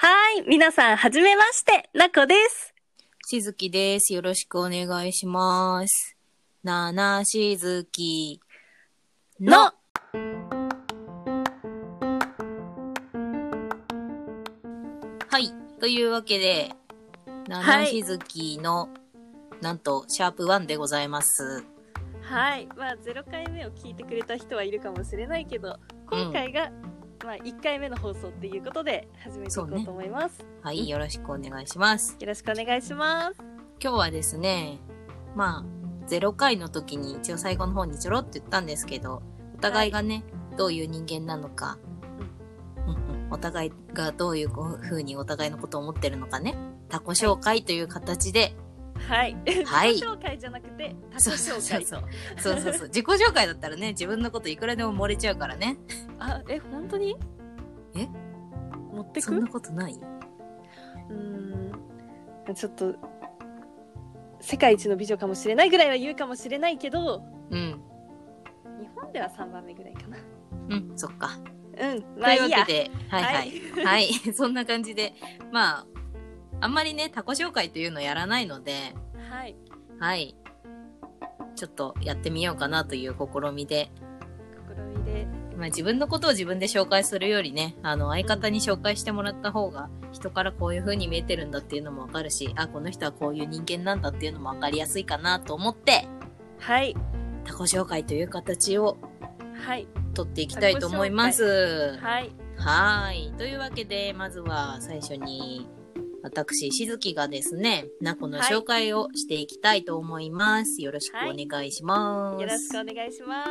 皆さん、はじめまして、なこです。 しずきです。よろしくお願いします。ななしずきの。はい。というわけで、ななしずきの、なんと、シャープ1でございます。 はい。まあ、0回目を聞いてくれた人はいるかもしれないけど、今回が、まあ、1回目の放送っていうことで、始めていこうと思います。ね、 はい。よろしくお願いします。 よろしくお願いします。 今日はですね、まあ、0回の時に一応最後の方にちょろっと言ったんですけど、お互いがね、どういう人間なのか、お互いがどういう風にお互いのことを思ってるのかね、他己紹介という形で、 はい。 はい。 自己紹介じゃなくて、他己紹介。 そう。自己紹介だったらね、自分のこといくらでも漏れちゃうからね。 あ、本当に？持ってく？ そんなことない？ ちょっと、世界一の美女かもしれないぐらいは言うかもしれないけど、日本では3番目ぐらいかな。 そっか。 まあいいや。 というわけで、はい。そんな感じで、まあ、あんまりね、他己紹介というのをやらないので、はい。ちょっとやってみようかなという試みで。まあ自分のことを自分で紹介するよりね、相方に紹介してもらった方が、人からこういう風に見えてるんだっていうのもわかるし、あ、この人はこういう人間なんだっていうのもわかりやすいかなと思って、 はい。 他己紹介という形を、 はい。 取っていきたいと思います。 はい。 というわけで、まずは最初に、私、しずきがですね、なこの紹介をしていきたいと思います。よろしくお願いします。 よろしくお願いします。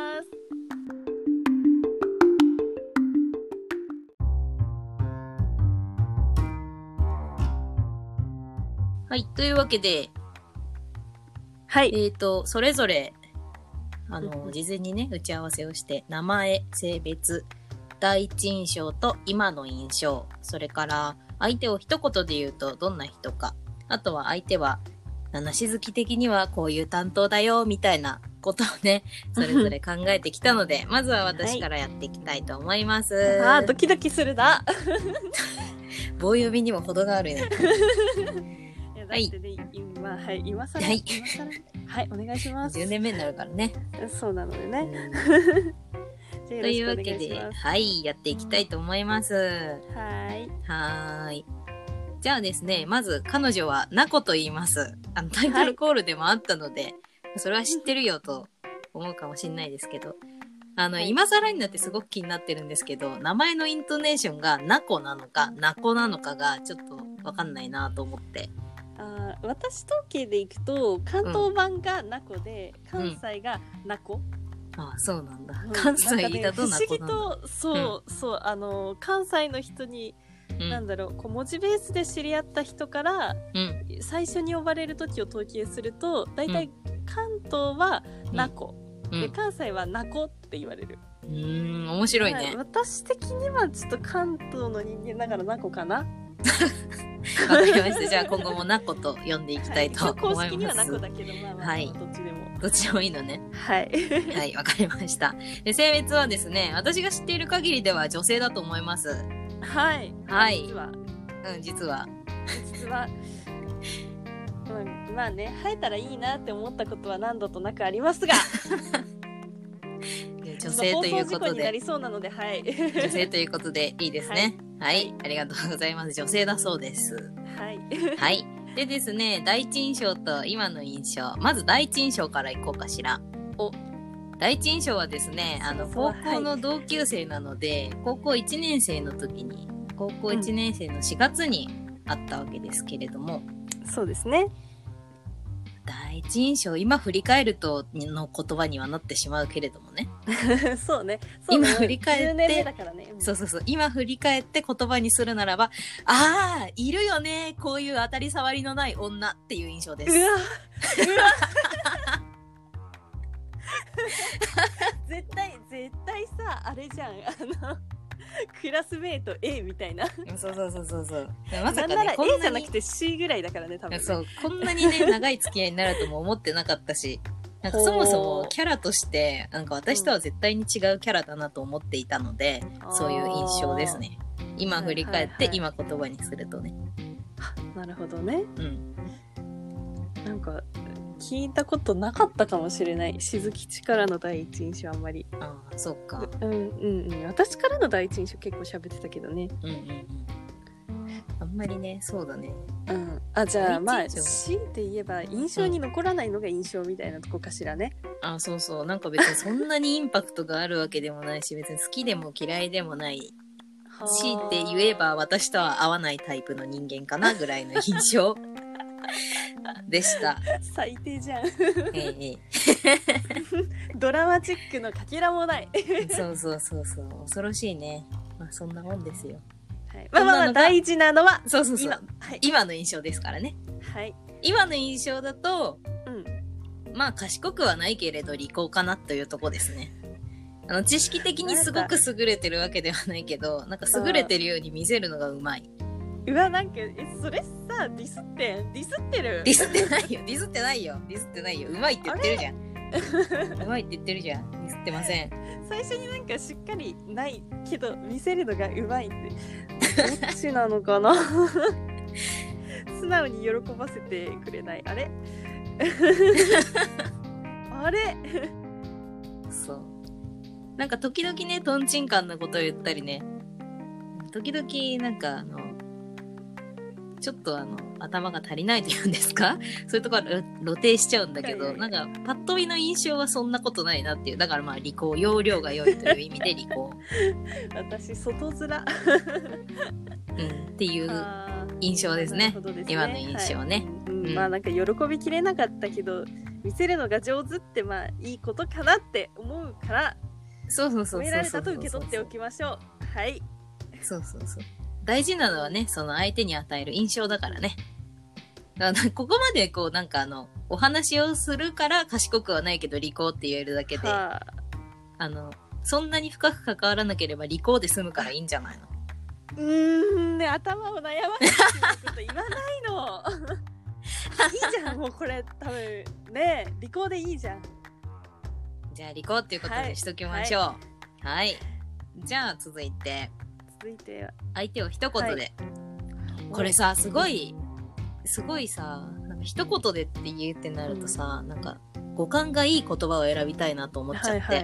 はい、というわけで、 はい。 それぞれ、事前にね、打ち合わせをして、名前、性別、第一印象と今の印象、それから相手を一言で言うとどんな人か、あとは相手は七しずき的にはこういう担当だよみたいなことをね、それぞれ考えてきたのでまずは私からやっていきたいと思います。 ドキドキするな。 棒読みにも程があるね。 はい。今更。はい、お願いします。 10年目になるからね。 そうなのでね。 というわけで、はい、やっていきたいと思います。 はい。 じゃあですね、まず彼女はなこと言います。タイトルコールでもあったので、それは知ってるよと思うかもしれないですけど、今更になってすごく気になってるんですけど、名前のイントネーションがなこなのか、なこなのかがちょっとわかんないなと思って。 私統計でいくと、関東版がなこで、関西がなこ。 あ、そうなんだ。関西だとなこなんだ。 不思議と、そう、関西の人に、なんだろう、文字ベースで知り合った人から、最初に呼ばれる時を統計すると、だいたい関東はなこ、で関西はなこって言われる。 面白いね。 私的にはちょっと関東の人間だからなこかな。 わかりました。じゃあ今後もなこと呼んでいきたいと思います。 公式にはなこだけど、まあ、どっちでも。 どっちでもいいのね。 はい。 はい、わかりました。で、性別はですね、私が知っている限りでは女性だと思います。 はい。 実は。 まあね、生えたらいいなって思ったことは何度となくありますが。 女性ということで。 になりそうなので、はい。 女性ということでいいですね。はい。ありがとうございます。女性だそうです。 はい。 はい。でですね、第一印象と今の印象。まず第一印象からいこうかしら。第一印象はですね、高校の同級生なので、高校1年生の時に、高校1年生の4月に会ったわけですけれども。 そうですね。 第一印象、今振り返るとの言葉にはなってしまうけれどもね。 そうね。 今振り返って、 10年目だからね。 そう。今振り返って言葉にするならば、ああ、いるよね。こういう当たり障りのない女っていう印象です。 うわ絶対さ、あれじゃん。クラスメート A みたいな。 そう。まさかね、 なんなら A じゃなくて C ぐらいだからね、多分、ね。 そう、こんなにね、長い付き合いになるとも思ってなかったし、なんかそもそもキャラとして、なんか私とは絶対に違うキャラだなと思っていたので、そういう印象ですね。 今振り返って今言葉にするとね。 なるほどね。なんか聞いたことなかったかもしれない。しずきちからの第一印象あんまり。 ああ、そっか。 私からの第一印象結構喋ってたけどね。 あんまりね、そうだね。 じゃあまあ強いて言えば印象に残らないのが印象みたいなとこかしらね。 そうそう。なんか別にそんなにインパクトがあるわけでもないし、別に好きでも嫌いでもない。強いて言えば私とは合わないタイプの人間かなぐらいの印象でした。 最低じゃん。ドラマチックのかけらもない。 そう恐ろしいね。まあそんなもんですよ。 まあ大事なのはそう今の印象ですからね。今の印象だと、まあ賢くはないけれど利口かなというとこですね。知識的にすごく優れてるわけではないけど、なんか優れてるように見せるのがうまい。 なんかそれさ、ディスってる？ ディスってないよ。うまいって言ってるじゃん。うまいって言ってるじゃん。ディスってません。 最初になんかしっかりないけど見せるのがうまいってどっちなのかな。素直に喜ばせてくれない。あれあれそう。なんか時々ね、トンチンカンなことを言ったりね、時々なんかちょっと頭が足りないというんですか、そういうところ露呈しちゃうんだけど、なんかパッと見の印象はそんなことないなっていう。だからまあ利口、容量が良いという意味で利口。 私外面っていう印象ですね。今の印象ね。 まあなんか喜びきれなかったけど見せるのが上手ってまあいいことかなって思うから、褒められたと受け取っておきましょう。はい。 そう。大事なのはね、その相手に与える印象だからね。だからここまでこうなんかお話をするから賢くはないけど利口って言えるだけで、そんなに深く関わらなければ利口で済むからいいんじゃないの？ ね、頭を悩ませてしまうこと言わないの。いいじゃん、もうこれ多分ね、利口でいいじゃん。 じゃあ利口っていうことにしときましょう。はい。じゃあ続いては相手を一言で、これさ、すごいさ、なんか一言でって言うってなるとさ、なんか語感がいい言葉を選びたいなと思っちゃって、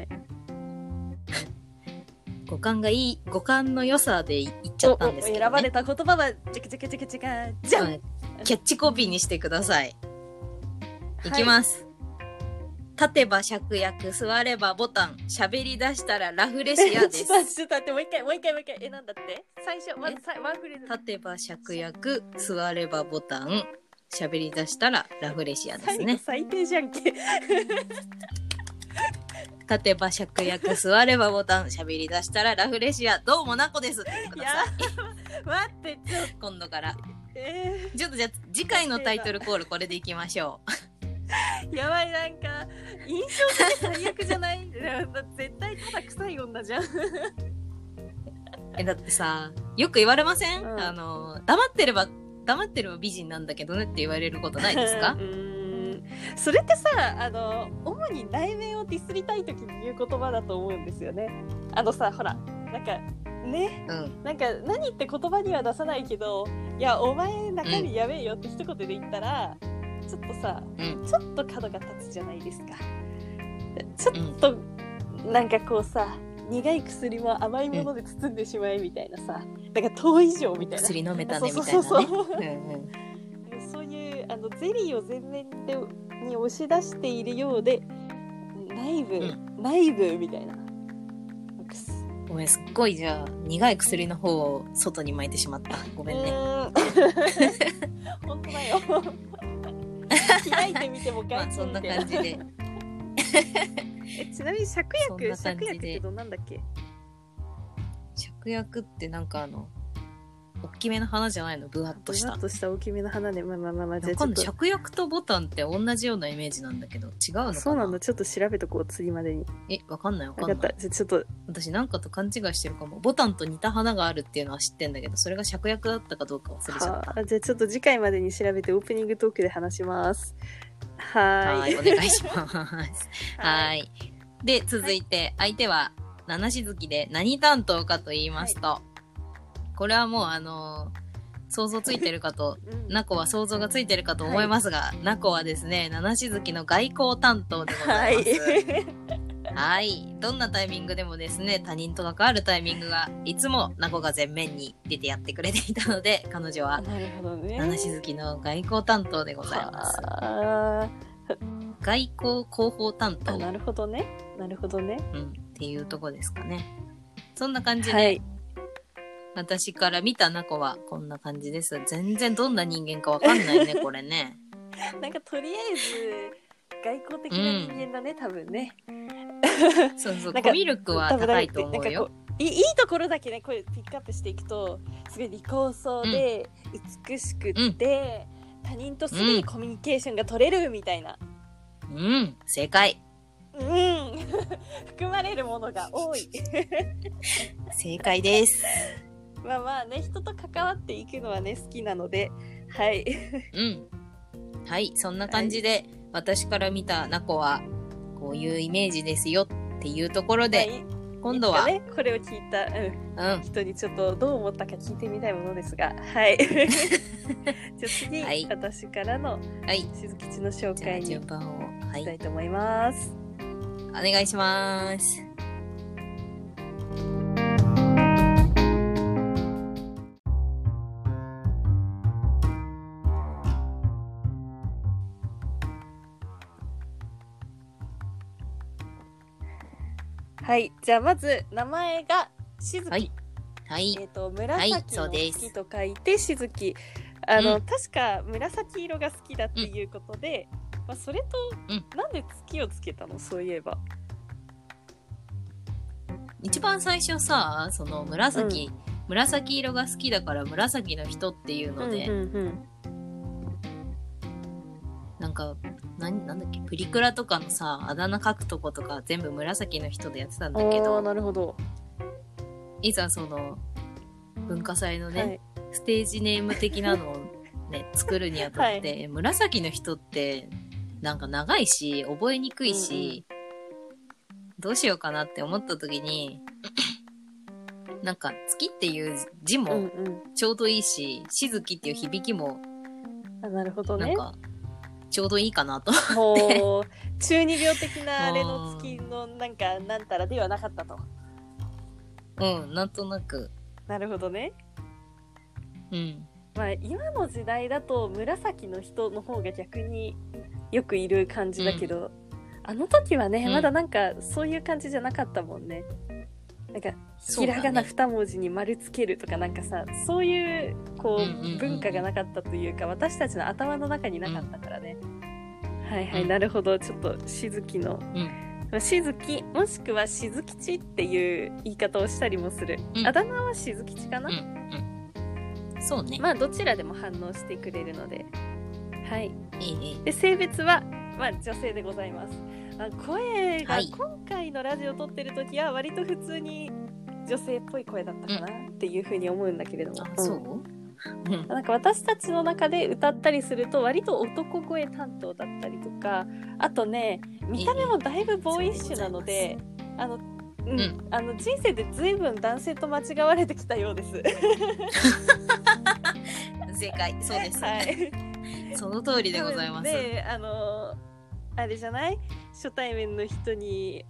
語感の良さで言っちゃったんですけどね。 選ばれた言葉はじゃじゃん。 キャッチコピーにしてください。いきます。立てば芍薬、座ればボタン、喋り出したらラフレシアです。 ちょっと待って、もう一回。なんだって最初、まずワンフレーズ。 立てば芍薬、座ればボタン、喋り出したらラフレシアですね。 最低じゃんけ。 立てば芍薬、座ればボタン、喋り出したらラフレシア、どうもなこですって言ってください。 待って、 今度から。ちょっとじゃあ次回のタイトルコールこれでいきましょう。 やばい、なんか印象的最悪じゃない？絶対ただ臭い女じゃん。 だってさ、よく言われません？黙ってれば美人なんだけどねって言われることないですか？ それってさ、主に内面をディスりたい時に言う言葉だと思うんですよね。さ、ほら、なんかね、なんか何って言葉には出さないけど、いやお前中身やべえよって一言で言ったら、ちょっとさ、ちょっと角が立つじゃないですか。ちょっとなんかこうさ、苦い薬も甘いもので包んでしまえみたいなさ、だから遠い以上みたいな、 薬飲めたねみたいなね。 そういうゼリーを前面に押し出しているようで、内部みたいな。 ごめん、すっごいじゃあ苦い薬の方を外に撒いてしまった。ごめんね。 本当だよ。開いてみてもまあそんな感じで。 ちなみに芍薬ってどんなんだっけ？ 芍薬ってなんか大きめの花じゃないの？ブワッとした大きめの花で、まあじゃあ今度芍薬とボタンって同じようなイメージなんだけど違うのかな？ そうなんだ。ちょっと調べとこう、次までに。 わかんない。 分かった。じゃちょっと私なんかと勘違いしてるかも。ボタンと似た花があるっていうのは知ってんだけど、それが芍薬だったかどうか忘れちゃった。 じゃあちょっと次回までに調べてオープニングトークで話します。 はい、お願いします。はい。で、続いて相手は七しずきで何担当かと言いますと、 これはもう想像ついてるかと、ナコは想像がついてるかと思いますが、ナコはですね、七しずきの外交担当でございます。はい。どんなタイミングでもですね、他人と関わるタイミングがいつもナコが前面に出てやってくれていたので、彼女は七しずきの外交担当でございます。外交広報担当。 なるほどね。なるほどね。 っていうとこですかね。そんな感じで、私から見たナコはこんな感じです。全然どんな人間かわかんないね、これね。 なんかとりあえず外交的な人間だね、多分ね。 そうそう、コミュ力は高いと思うよ。 いいところだけね、これピックアップしていくと、すごい利口そうで、美しくって、他人とすぐにコミュニケーションが取れるみたいな。 正解。 含まれるものが多い。 正解です。 まあまあね、人と関わっていくのはね、好きなので、はい。 はい、そんな感じで、私から見たナコは、こういうイメージですよっていうところで、今度は、 ね、これを聞いた、人にちょっとどう思ったか聞いてみたいものですが、はい。じゃあ次、私からの、しずきちの紹介に順番を、 いきたいと思います。 お願いします。 はい、じゃあまず名前がしずき。紫の好きと書いてしずき。確か紫色が好きだっていうことで、それと、なんで月をつけたの？そういえば。 一番最初さ、その紫色が好きだから紫の人っていうので、なんかなんだっけ、プリクラとかのさ、あだ名書くとことか全部紫の人でやってたんだけど、 なるほど。 いざその文化祭のね、ステージネーム的なのをね作るにあたって、紫の人ってなんか長いし覚えにくいし、どうしようかなって思った時になんか月っていう字もちょうどいいし、しずきっていう響きもなるほどね、 なんかちょうどいいかなと思って中二病的なあれの月のなんかなんたらではなかったと。 なんとなく。 なるほどね。まあ今の時代だと紫の人の方が逆によくいる感じだけど、あの時はね、まだなんかそういう感じじゃなかったもんね。なんかひらがな2文字に丸つけるとかなんかさ、そういうこう文化がなかったというか、私たちの頭の中になかったからね。はいはい、なるほど。ちょっとしずきの、しずきもしくはしずきちっていう言い方をしたりもする。あだ名はしずきちかな。 そうね。 まあどちらでも反応してくれるので、はい。で性別は女性でございます。声が今回のラジオを撮ってる時は割と普通に女性っぽい声だったかなっていうふうに思うんだけれども、なんか私たちの中で歌ったりすると割と男声担当だったりとか、あとね見た目もだいぶボーイッシュなので、人生で随分男性と間違われてきたようです。 正解、そうです、その通りでございます。 で、あれじゃない？初対面の人に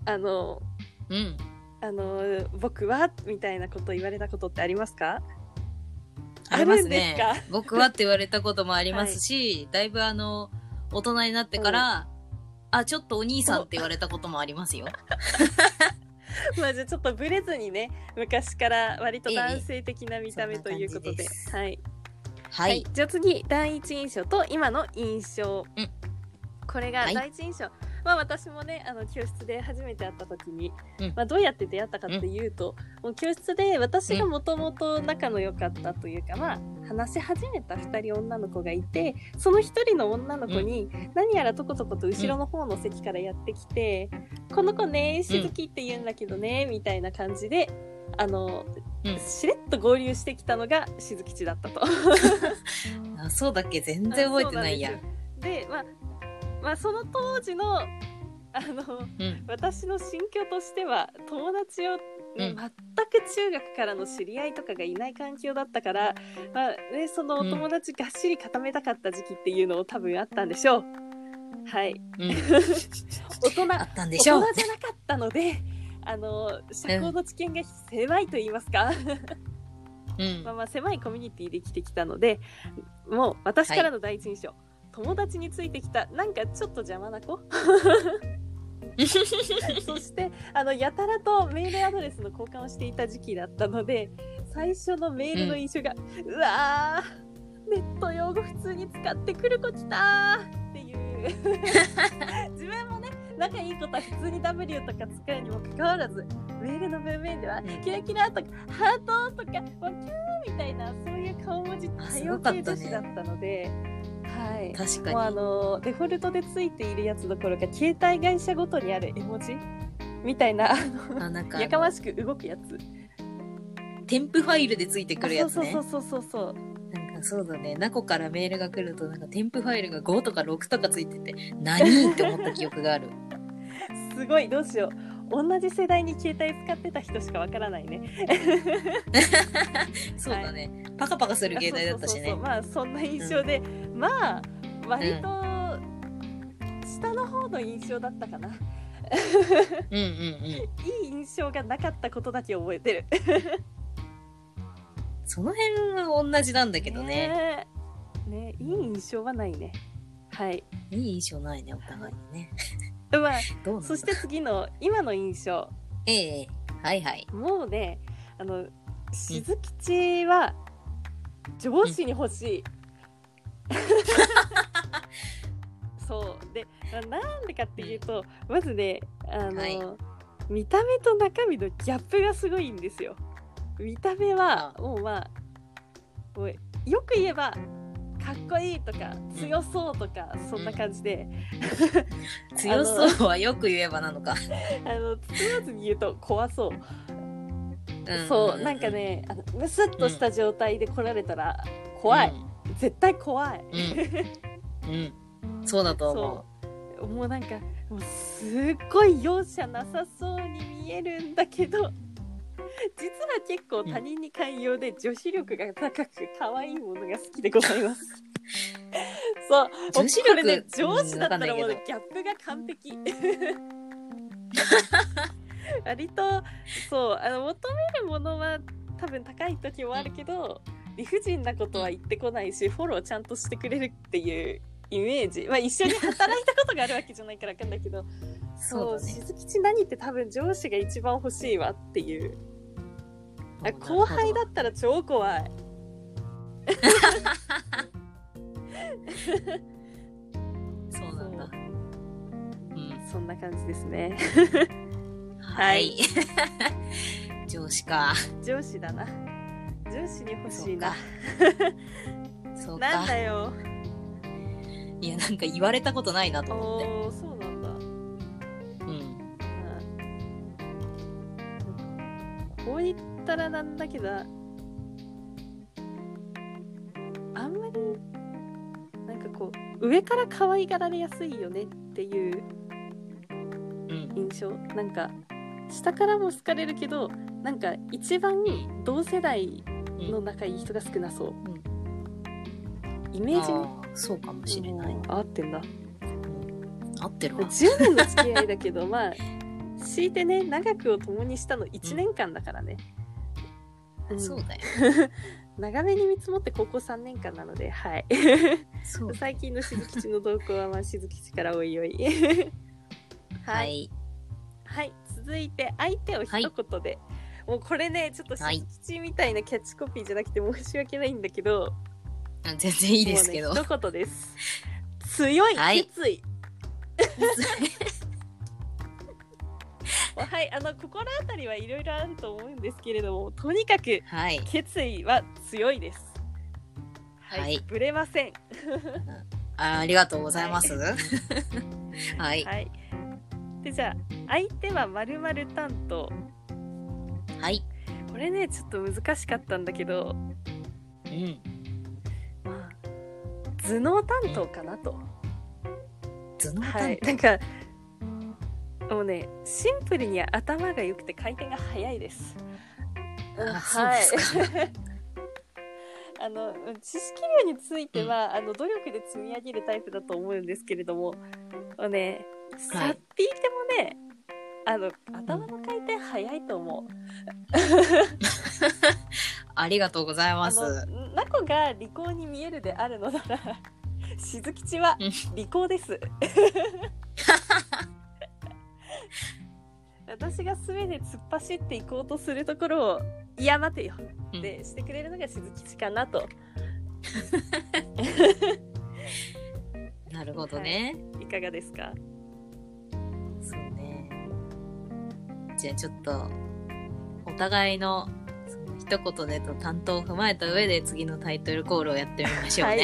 僕はみたいなこと言われたことってありますか？ ありますね。僕はって言われたこともありますし、だいぶ大人になってから、ちょっとお兄さんって言われたこともありますよ。 まあじゃあちょっとブレずにね、昔から割と男性的な見た目ということで、はい、じゃあ次、第一印象と今の印象、これが第一印象、私もね教室で初めて会った時に、どうやって出会ったかっていうと、もう教室で私がもともと仲の良かったというか、話し始めた2人女の子がいて、その1人の女の子に何やらとことこと後ろの方の席からやってきて、この子ねしずきって言うんだけどね、みたいな感じでしれっと合流してきたのがしずきちだったと。 そうだっけ、全然覚えてないや。 でその当時の私の心境としては、友達を全く中学からの知り合いとかがいない環境だったから、そのお友達がっしり固めたかった時期っていうのを多分あったんでしょう。はい。大人あったんでしょう。 大人じゃなかったので、社交の知見が狭いと言いますか。狭いコミュニティで生きてきたので、もう私からの第一印象、友達についてきたなんかちょっと邪魔な子そしてやたらとメールアドレスの交換をしていた時期だったので、最初のメールの印象が、うわー、ネット用語普通に使ってくる子来たーっていう自分もね、仲いいことは普通に W とか使うにもかかわらず、メールの文面ではキラキラとかハートとかワキューみたいな、そういう顔文字多様系女子だったので、はい、 確かにもうデフォルトでついているやつどころか、携帯会社ごとにある絵文字みたいなやかましく動くやつ、 添付ファイルでついてくるやつね。 そうなんかそうだね、ナコからメールが来るとなんか添付ファイルが5とか6とかついてて何って思った記憶があるすごい、どうしよう、同じ世代に携帯使ってた人しかわからないねそうだね、はい、パカパカする携帯だったしね。 まあそんな印象で、まあ割と下の方の印象だったかないい印象がなかったことだけ覚えてるその辺は同じなんだけどね。 ね、いい印象はないね。はい。 いい印象ないね、お互いにね。 まあ、そして次の今の印象。 はいはい。 もうね、しずきちは上司に欲しい。そうで、なんでかっていうと、まずね、見た目と中身のギャップがすごいんですよ。見た目はもうもうよく言えばかっこいいとか強そうとか、そんな感じで強そうはよく言えばなのかつまずに言うと怖そう、そうなんかね、ムスッとした状態で来られたら怖い、絶対怖いそうだと思う。もうなんかもうすっごい容赦なさそうに見えるんだけど、実は結構他人に寛容で女子力が高く可愛いものが好きでございますそう、 女子力ね、上司だったらもうギャップが完璧割とそう、求めるものは多分高い時もあるけど、理不尽なことは言ってこないし、フォローちゃんとしてくれるっていうイメージ、一緒に働いたことがあるわけじゃないから分かんないけどそう、しずきち何って多分上司が一番欲しいわっていう。後輩だったら超怖いそうなんだ。 そんな感じですねはい上司か。 上司だな。上司に欲しいなそうかなんだよ。 いや、なんか言われたことないなと思って。 そうなんだ。こう言ったらなんだけど、あんまりなんかこう上から可愛がられやすいよねっていう印象、なんか下からも好かれるけど、なんか一番同世代の仲いい人が少なそう、イメージね。 そうかもしれない。 合ってんだ、 合ってるわ。 10年の付き合いだけどまあ強いてね、長くを共にしたの1年間だからね、 そうだよ長めに見積もって高校3年間なので、はいそう最近のしずきちの動向はまあしずきちからおいおいはい、はい、続いて相手を一言で、もうこれねちょっとしずきちみたいなキャッチコピーじゃなくて申し訳ないんだけど、 全然いいですけど、 一言です。強い決意、はい、心当たりはいろいろあると思うんですけれども、とにかく決意は強いです。はい、ぶれませんありがとうございますはい、 はい、でじゃあ相手は〇〇担当。 はい、 これねちょっと難しかったんだけど、まあ頭脳担当かなと。 頭脳担当、 はい、なんかもうね、シンプルに頭が良くて回転が速いです。 はい。 知識量については、努力で積み上げるタイプだと思うんですけれども、ね、さっぴいてもね、頭の回転速いと思う。 ありがとうございます。 ナコが利口に見えるであるのなら、しずきちは利口です。私が全て突っ走っていこうとするところを、いや待てよってしてくれるのがしずきちかなと。 なるほどね、 はい。いかがですか？ そうね。じゃあちょっとお互いのその一言でと担当を踏まえた上で次のタイトルコールをやってみましょうね。はい、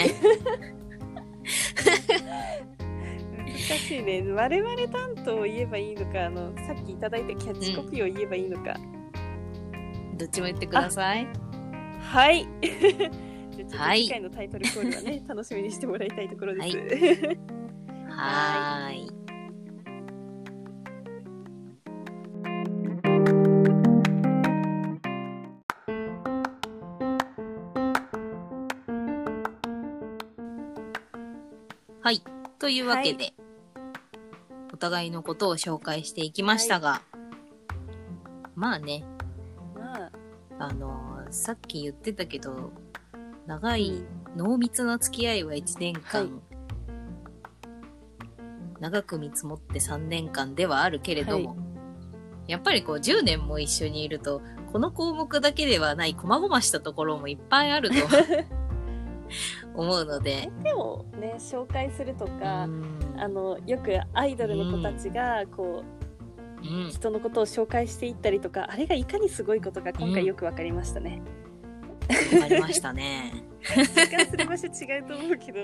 難しいね。我々担当を言えばいいのか、さっきいただいたキャッチコピーを言えばいいのか。 どっちも言ってください。 はい。じゃあ次回のタイトルコールはね、楽しみにしてもらいたいところです。 はい。はい。というわけで、お互いのことを紹介していきましたが、まあね、さっき言ってたけど、長い濃密な付き合いは1年間、長く見積もって3年間ではあるけれども、やっぱりこう10年も一緒にいると、この項目だけではない細々したところもいっぱいあると思うので。 でもね、紹介するとか、よくアイドルの子たちがこう、人のことを紹介していったりとか、あれがいかにすごいことか今回よく分かりましたね。 分かりましたね。 時間する場所違うと思うけど、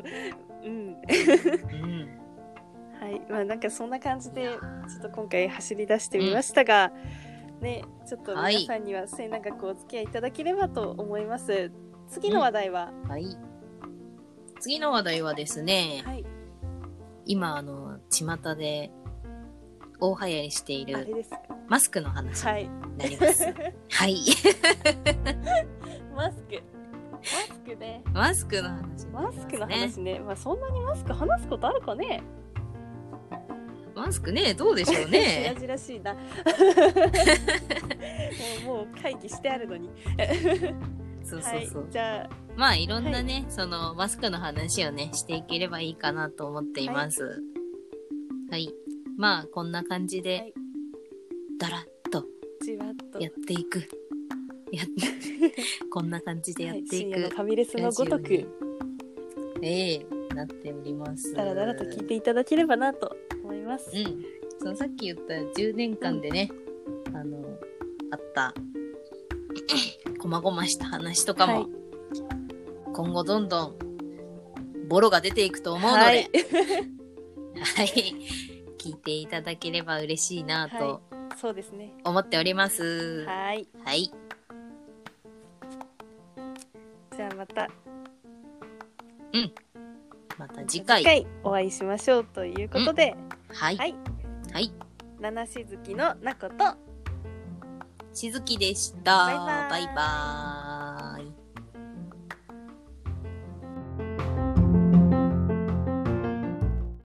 はい、まあなんかそんな感じでちょっと今回走り出してみましたが、ね、ちょっと皆さんには末永くお付き合いいただければと思います。次の話題は、 次の話題はですね、今巷で大流行りしているマスクの話になります。はい。 マスクね。 マスクの話。 マスクの話ね。まあそんなにマスク話すことあるかね。 マスクね、どうでしょうね。 しらじらしいな。もう会議してあるのに。 そう。じゃあまあいろんなね、そのマスクの話をねしていければいいかなと思っています。はい。まあこんな感じで、だらっとやっていく。こんな感じでやっていく。 深夜のファミレスのごとく。 なっております。 だらだらと聞いていただければなと思います。 そのさっき言った10年間でね、あったこまごました話とかも、今後どんどんボロが出ていくと思うので、はい、聞いていただければ嬉しいなと、 そうですね、 思っております。 はい。じゃあまた。 また次回お会いしましょうということで、七しずきのなことしずきでした。バイバーイ。